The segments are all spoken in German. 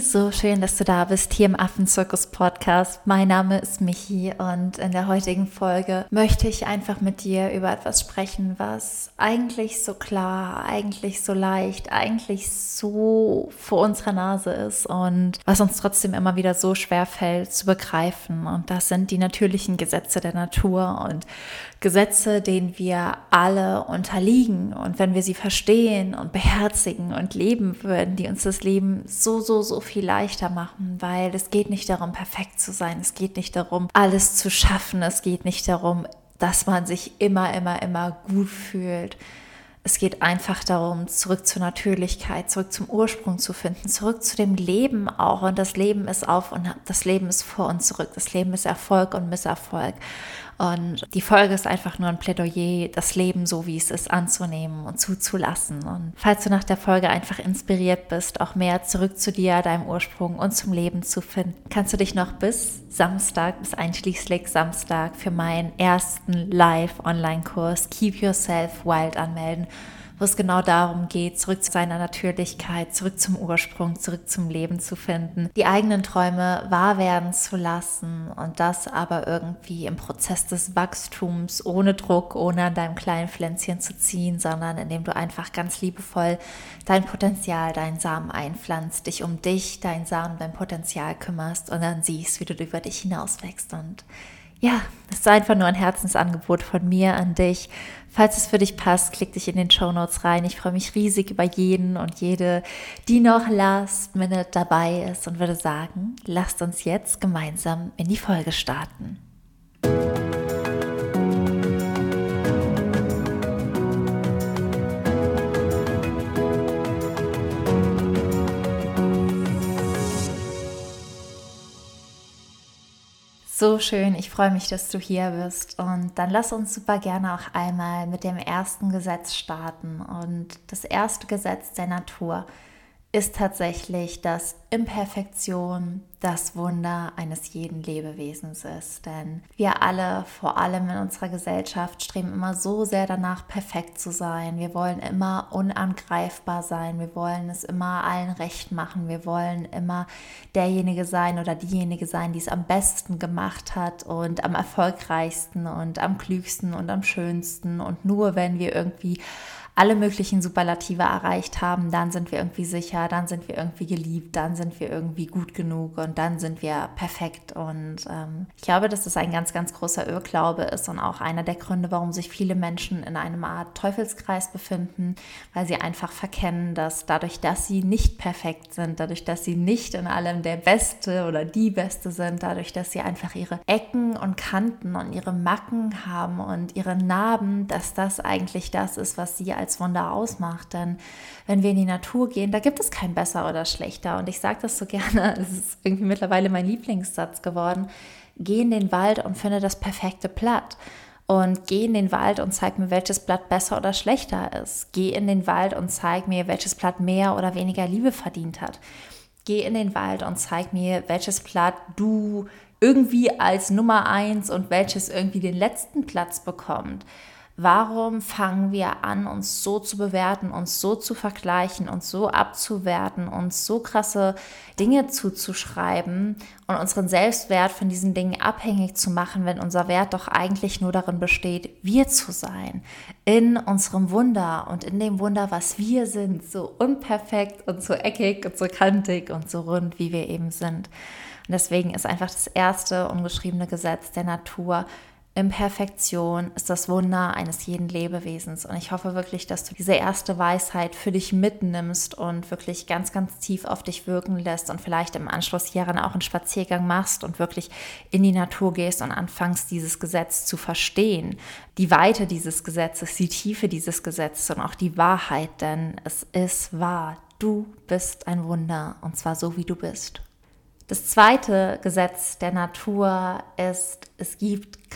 So schön, dass du da bist, hier im Affenzirkus-Podcast. Mein Name ist Michi und in der heutigen Folge möchte ich einfach mit dir über etwas sprechen, was eigentlich so klar, eigentlich so leicht, eigentlich so vor unserer Nase ist und was uns trotzdem immer wieder so schwer fällt zu begreifen. Und das sind die natürlichen Gesetze der Natur und Gesetze, denen wir alle unterliegen. Und wenn wir sie verstehen und beherzigen und leben würden, die uns das Leben so viel leichter machen, weil es geht nicht darum, perfekt zu sein. Es geht nicht darum, alles zu schaffen. Es geht nicht darum, dass man sich immer gut fühlt. Es geht einfach darum, zurück zur Natürlichkeit, zurück zum Ursprung zu finden, zurück zu dem Leben auch. Und das Leben ist auf und das Leben ist vor und zurück. Das Leben ist Erfolg und Misserfolg. Und die Folge ist einfach nur ein Plädoyer, das Leben so wie es ist anzunehmen und zuzulassen. Und falls du nach der Folge einfach inspiriert bist, auch mehr zurück zu dir, deinem Ursprung und zum Leben zu finden, kannst du dich noch bis einschließlich Samstag für meinen ersten Live-Online-Kurs Keep Yourself Wild anmelden, wo es genau darum geht, zurück zu seiner Natürlichkeit, zurück zum Ursprung, zurück zum Leben zu finden, die eigenen Träume wahr werden zu lassen und das aber irgendwie im Prozess des Wachstums, ohne Druck, ohne an deinem kleinen Pflänzchen zu ziehen, sondern indem du einfach ganz liebevoll dein Potenzial, deinen Samen einpflanzt, dich um dich, dein Samen, dein Potenzial kümmerst und dann siehst, wie du über dich hinauswächst. Und ja, es ist einfach nur ein Herzensangebot von mir an dich. Falls es für dich passt, klick dich in den Shownotes rein. Ich freue mich riesig über jeden und jede, die noch last minute dabei ist und würde sagen, lasst uns jetzt gemeinsam in die Folge starten. So schön, ich freue mich, dass du hier bist und dann lass uns super gerne auch einmal mit dem ersten Gesetz starten. Und das erste Gesetz der Natur ist tatsächlich, dass Imperfektion das Wunder eines jeden Lebewesens ist. Denn wir alle, vor allem in unserer Gesellschaft, streben immer so sehr danach, perfekt zu sein. Wir wollen immer unangreifbar sein. Wir wollen es immer allen recht machen. Wir wollen immer derjenige sein oder diejenige sein, die es am besten gemacht hat und am erfolgreichsten und am klügsten und am schönsten. Und nur wenn wir irgendwie alle möglichen Superlative erreicht haben, dann sind wir irgendwie sicher, dann sind wir irgendwie geliebt, dann sind wir irgendwie gut genug und dann sind wir perfekt. Und ich glaube, dass das ein ganz großer Irrglaube ist und auch einer der Gründe, warum sich viele Menschen in einem Art Teufelskreis befinden, weil sie einfach verkennen, dass dadurch, dass sie nicht perfekt sind, dadurch, dass sie nicht in allem der Beste oder die Beste sind, dadurch, dass sie einfach ihre Ecken und Kanten und ihre Macken haben und ihre Narben, dass das eigentlich das ist, was sie als Wunder ausmacht. Denn wenn wir in die Natur gehen, da gibt es kein besser oder schlechter. Und ich sage das so gerne, es ist irgendwie mittlerweile mein Lieblingssatz geworden. Geh in den Wald und finde das perfekte Blatt. Und geh in den Wald und zeig mir, welches Blatt besser oder schlechter ist. Geh in den Wald und zeig mir, welches Blatt mehr oder weniger Liebe verdient hat. Geh in den Wald und zeig mir, welches Blatt du irgendwie als Nummer 1 und welches irgendwie den letzten Platz bekommt. Warum fangen wir an, uns so zu bewerten, uns so zu vergleichen, uns so abzuwerten, uns so krasse Dinge zuzuschreiben und unseren Selbstwert von diesen Dingen abhängig zu machen, wenn unser Wert doch eigentlich nur darin besteht, wir zu sein, in unserem Wunder und in dem Wunder, was wir sind, so unperfekt und so eckig und so kantig und so rund, wie wir eben sind. Und deswegen ist einfach das erste ungeschriebene Gesetz der Natur: Imperfektion ist das Wunder eines jeden Lebewesens. Und ich hoffe wirklich, dass du diese erste Weisheit für dich mitnimmst und wirklich ganz tief auf dich wirken lässt und vielleicht im Anschluss hieran auch einen Spaziergang machst und wirklich in die Natur gehst und anfängst, dieses Gesetz zu verstehen. Die Weite dieses Gesetzes, die Tiefe dieses Gesetzes und auch die Wahrheit, denn es ist wahr. Du bist ein Wunder und zwar so, wie du bist. Das zweite Gesetz der Natur ist, es gibt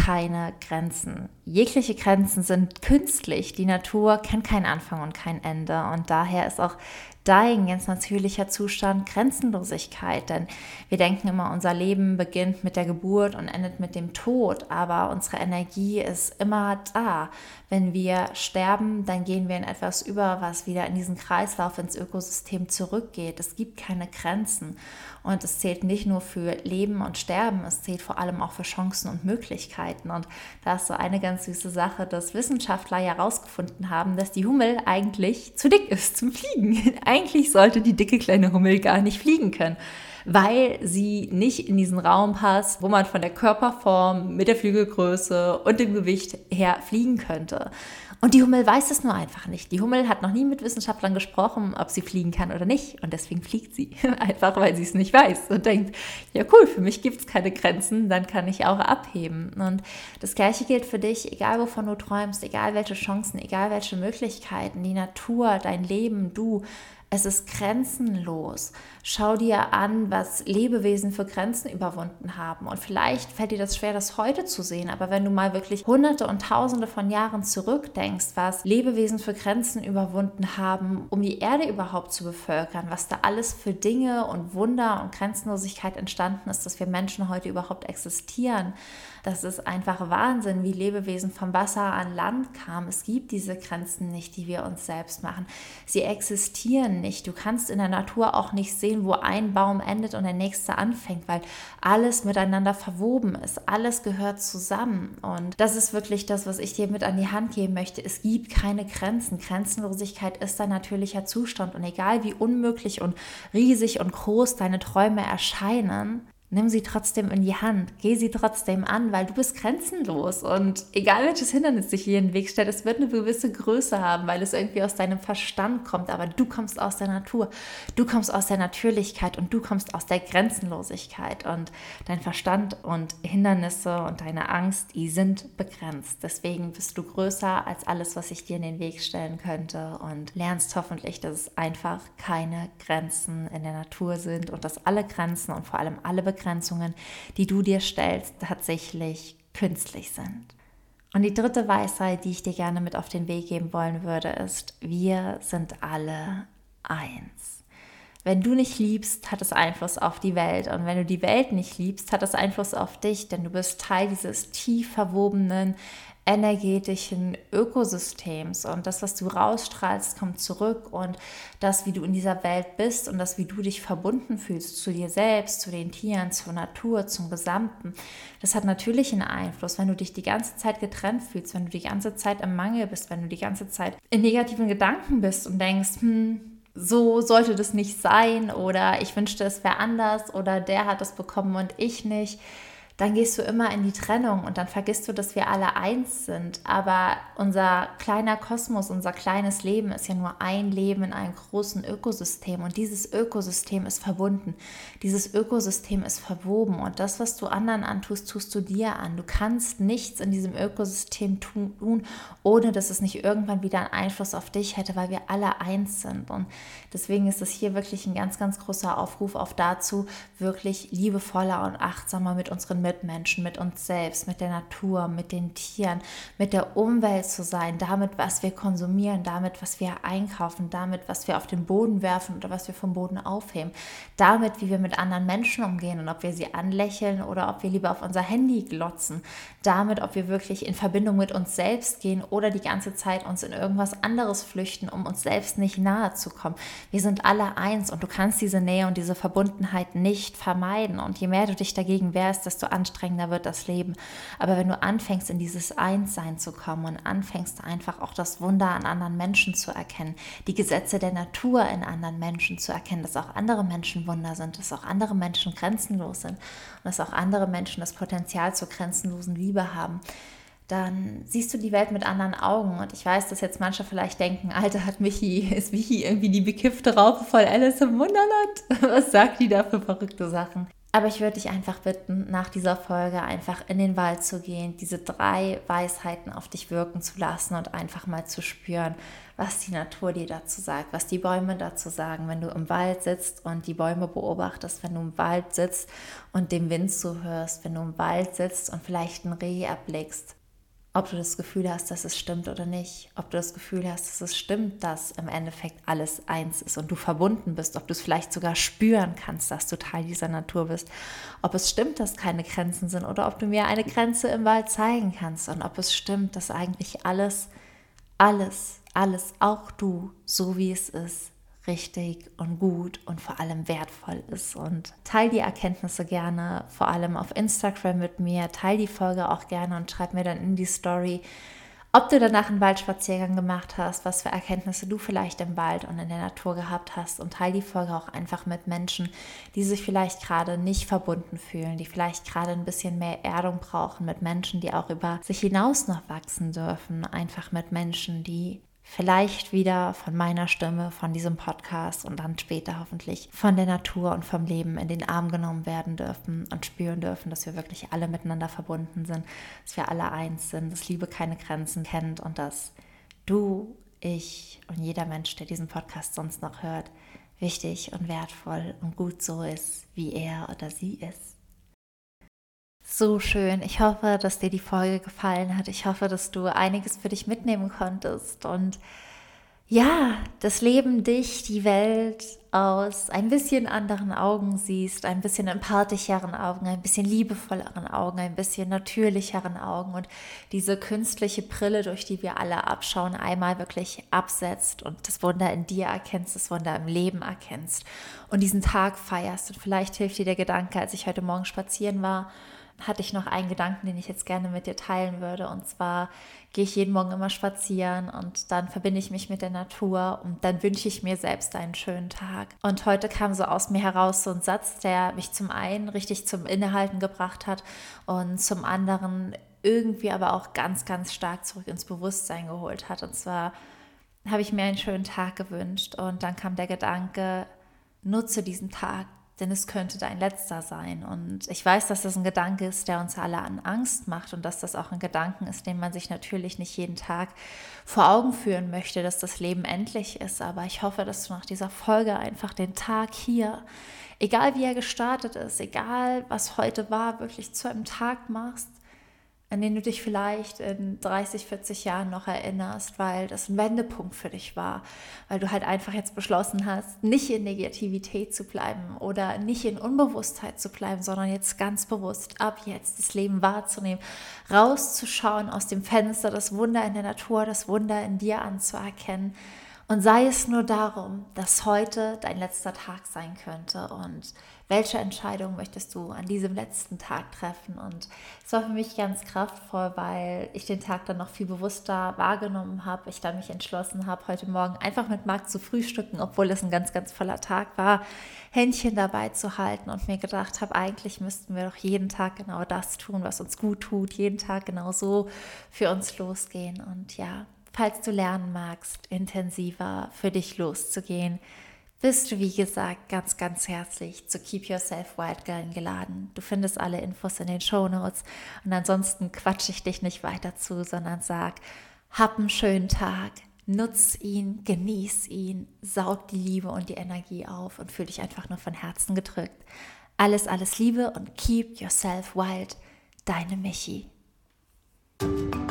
keine Grenzen. Jegliche Grenzen sind künstlich. Die Natur kennt keinen Anfang und kein Ende. Und daher ist auch dein ganz natürlicher Zustand Grenzenlosigkeit. Denn wir denken immer, unser Leben beginnt mit der Geburt und endet mit dem Tod. Aber unsere Energie ist immer da. Wenn wir sterben, dann gehen wir in etwas über, was wieder in diesen Kreislauf, ins Ökosystem zurückgeht. Es gibt keine Grenzen. Und es zählt nicht nur für Leben und Sterben, es zählt vor allem auch für Chancen und Möglichkeiten. Und da ist so eine ganz süße Sache, dass Wissenschaftler ja herausgefunden haben, dass die Hummel eigentlich zu dick ist zum Fliegen. Eigentlich sollte die dicke kleine Hummel gar nicht fliegen können, weil sie nicht in diesen Raum passt, wo man von der Körperform mit der Flügelgröße und dem Gewicht her fliegen könnte. Und die Hummel weiß es nur einfach nicht. Die Hummel hat noch nie mit Wissenschaftlern gesprochen, ob sie fliegen kann oder nicht. Und deswegen fliegt sie. Einfach, weil sie es nicht weiß und denkt, ja cool, für mich gibt es keine Grenzen, dann kann ich auch abheben. Und das Gleiche gilt für dich, egal wovon du träumst, egal welche Chancen, egal welche Möglichkeiten, die Natur, dein Leben, du, es ist grenzenlos. Schau dir an, was Lebewesen für Grenzen überwunden haben. Und vielleicht fällt dir das schwer, das heute zu sehen. Aber wenn du mal wirklich Hunderte und Tausende von Jahren zurückdenkst, was Lebewesen für Grenzen überwunden haben, um die Erde überhaupt zu bevölkern, was da alles für Dinge und Wunder und Grenzenlosigkeit entstanden ist, dass wir Menschen heute überhaupt existieren. Das ist einfach Wahnsinn, wie Lebewesen vom Wasser an Land kamen. Es gibt diese Grenzen nicht, die wir uns selbst machen. Sie existieren nicht. Du kannst in der Natur auch nicht sehen, wo ein Baum endet und der nächste anfängt, weil alles miteinander verwoben ist. Alles gehört zusammen. Und das ist wirklich das, was ich dir mit an die Hand geben möchte. Es gibt keine Grenzen. Grenzenlosigkeit ist ein natürlicher Zustand. Und egal wie unmöglich und riesig und groß deine Träume erscheinen, nimm sie trotzdem in die Hand, geh sie trotzdem an, weil du bist grenzenlos und egal welches Hindernis sich hier in den Weg stellt, es wird eine gewisse Größe haben, weil es irgendwie aus deinem Verstand kommt, aber du kommst aus der Natur, du kommst aus der Natürlichkeit und du kommst aus der Grenzenlosigkeit und dein Verstand und Hindernisse und deine Angst, die sind begrenzt. Deswegen bist du größer als alles, was sich dir in den Weg stellen könnte und lernst hoffentlich, dass es einfach keine Grenzen in der Natur sind und dass alle Grenzen und vor allem alle Begrenzungen, die du dir stellst, tatsächlich künstlich sind. Und die dritte Weisheit, die ich dir gerne mit auf den Weg geben wollen würde, ist, wir sind alle eins. Wenn du nicht liebst, hat es Einfluss auf die Welt. Und wenn du die Welt nicht liebst, hat es Einfluss auf dich, denn du bist Teil dieses tief verwobenen, energetischen Ökosystems und das, was du rausstrahlst, kommt zurück und das, wie du in dieser Welt bist und das, wie du dich verbunden fühlst zu dir selbst, zu den Tieren, zur Natur, zum Gesamten, das hat natürlich einen Einfluss, wenn du dich die ganze Zeit getrennt fühlst, wenn du die ganze Zeit im Mangel bist, wenn du die ganze Zeit in negativen Gedanken bist und denkst, so sollte das nicht sein oder ich wünschte, es wäre anders oder der hat es bekommen und ich nicht, dann gehst du immer in die Trennung und dann vergisst du, dass wir alle eins sind. Aber unser kleiner Kosmos, unser kleines Leben ist ja nur ein Leben in einem großen Ökosystem und dieses Ökosystem ist verbunden. Dieses Ökosystem ist verwoben und das, was du anderen antust, tust du dir an. Du kannst nichts in diesem Ökosystem tun, ohne dass es nicht irgendwann wieder einen Einfluss auf dich hätte, weil wir alle eins sind. Und deswegen ist es hier wirklich ein ganz, ganz großer Aufruf auf dazu, wirklich liebevoller und achtsamer mit unseren Mitmenschen, mit uns selbst, mit der Natur, mit den Tieren, mit der Umwelt zu sein, damit, was wir konsumieren, damit, was wir einkaufen, damit, was wir auf den Boden werfen oder was wir vom Boden aufheben, damit, wie wir mit anderen Menschen umgehen und ob wir sie anlächeln oder ob wir lieber auf unser Handy glotzen, damit, ob wir wirklich in Verbindung mit uns selbst gehen oder die ganze Zeit uns in irgendwas anderes flüchten, um uns selbst nicht nahe zu kommen. Wir sind alle eins und du kannst diese Nähe und diese Verbundenheit nicht vermeiden und je mehr du dich dagegen wehrst, desto anstrengender wird das Leben. Aber wenn du anfängst, in dieses Einssein zu kommen und anfängst, einfach auch das Wunder an anderen Menschen zu erkennen, die Gesetze der Natur in anderen Menschen zu erkennen, dass auch andere Menschen Wunder sind, dass auch andere Menschen grenzenlos sind und dass auch andere Menschen das Potenzial zur grenzenlosen Liebe haben, dann siehst du die Welt mit anderen Augen. Und ich weiß, dass jetzt manche vielleicht denken, Alter, ist Michi irgendwie die bekiffte Raupe voll Alice im Wunderland? Was sagt die da für verrückte Sachen? Aber ich würde dich einfach bitten, nach dieser Folge einfach in den Wald zu gehen, diese 3 Weisheiten auf dich wirken zu lassen und einfach mal zu spüren, was die Natur dir dazu sagt, was die Bäume dazu sagen, wenn du im Wald sitzt und die Bäume beobachtest, wenn du im Wald sitzt und dem Wind zuhörst, wenn du im Wald sitzt und vielleicht ein Reh erblickst. Ob du das Gefühl hast, dass es stimmt oder nicht. Ob du das Gefühl hast, dass es stimmt, dass im Endeffekt alles eins ist und du verbunden bist. Ob du es vielleicht sogar spüren kannst, dass du Teil dieser Natur bist. Ob es stimmt, dass keine Grenzen sind oder ob du mir eine Grenze im Wald zeigen kannst. Und ob es stimmt, dass eigentlich alles, auch du, so wie es ist, richtig und gut und vor allem wertvoll ist. Und teile die Erkenntnisse gerne, vor allem auf Instagram mit mir, teile die Folge auch gerne und schreib mir dann in die Story, ob du danach einen Waldspaziergang gemacht hast, was für Erkenntnisse du vielleicht im Wald und in der Natur gehabt hast, und teile die Folge auch einfach mit Menschen, die sich vielleicht gerade nicht verbunden fühlen, die vielleicht gerade ein bisschen mehr Erdung brauchen, mit Menschen, die auch über sich hinaus noch wachsen dürfen, einfach mit Menschen, die vielleicht wieder von meiner Stimme, von diesem Podcast und dann später hoffentlich von der Natur und vom Leben in den Arm genommen werden dürfen und spüren dürfen, dass wir wirklich alle miteinander verbunden sind, dass wir alle eins sind, dass Liebe keine Grenzen kennt und dass du, ich und jeder Mensch, der diesen Podcast sonst noch hört, wichtig und wertvoll und gut so ist, wie er oder sie ist. So schön. Ich hoffe, dass dir die Folge gefallen hat. Ich hoffe, dass du einiges für dich mitnehmen konntest und ja, das Leben, dich, die Welt aus ein bisschen anderen Augen siehst, ein bisschen empathischeren Augen, ein bisschen liebevolleren Augen, ein bisschen natürlicheren Augen und diese künstliche Brille, durch die wir alle abschauen, einmal wirklich absetzt und das Wunder in dir erkennst, das Wunder im Leben erkennst und diesen Tag feierst. Und vielleicht hilft dir der Gedanke, als ich heute Morgen spazieren war, hatte ich noch einen Gedanken, den ich jetzt gerne mit dir teilen würde. Und zwar gehe ich jeden Morgen immer spazieren und dann verbinde ich mich mit der Natur und dann wünsche ich mir selbst einen schönen Tag. Und heute kam so aus mir heraus so ein Satz, der mich zum einen richtig zum Innehalten gebracht hat und zum anderen irgendwie aber auch ganz, ganz stark zurück ins Bewusstsein geholt hat. Und zwar habe ich mir einen schönen Tag gewünscht und dann kam der Gedanke, nutze diesen Tag, denn es könnte dein letzter sein. Und ich weiß, dass das ein Gedanke ist, der uns alle an Angst macht und dass das auch ein Gedanke ist, den man sich natürlich nicht jeden Tag vor Augen führen möchte, dass das Leben endlich ist. Aber ich hoffe, dass du nach dieser Folge einfach den Tag hier, egal wie er gestartet ist, egal was heute war, wirklich zu einem Tag machst, an den du dich vielleicht in 30, 40 Jahren noch erinnerst, weil das ein Wendepunkt für dich war, weil du halt einfach jetzt beschlossen hast, nicht in Negativität zu bleiben oder nicht in Unbewusstheit zu bleiben, sondern jetzt ganz bewusst ab jetzt das Leben wahrzunehmen, rauszuschauen aus dem Fenster, das Wunder in der Natur, das Wunder in dir anzuerkennen. Und sei es nur darum, dass heute dein letzter Tag sein könnte und welche Entscheidung möchtest du an diesem letzten Tag treffen? Und es war für mich ganz kraftvoll, weil ich den Tag dann noch viel bewusster wahrgenommen habe. Ich dann mich entschlossen habe, heute Morgen einfach mit Marc zu frühstücken, obwohl es ein ganz, ganz voller Tag war, Händchen dabei zu halten und mir gedacht habe, eigentlich müssten wir doch jeden Tag genau das tun, was uns gut tut, jeden Tag genau so für uns losgehen. Und ja, falls du lernen magst, intensiver für dich loszugehen, bist du, wie gesagt, ganz, ganz herzlich zu Keep Yourself Wild eingeladen. Du findest alle Infos in den Shownotes und ansonsten quatsche ich dich nicht weiter zu, sondern sag, hab einen schönen Tag, nutz ihn, genieß ihn, saug die Liebe und die Energie auf und fühl dich einfach nur von Herzen gedrückt. Alles, alles Liebe und Keep Yourself Wild, deine Michi.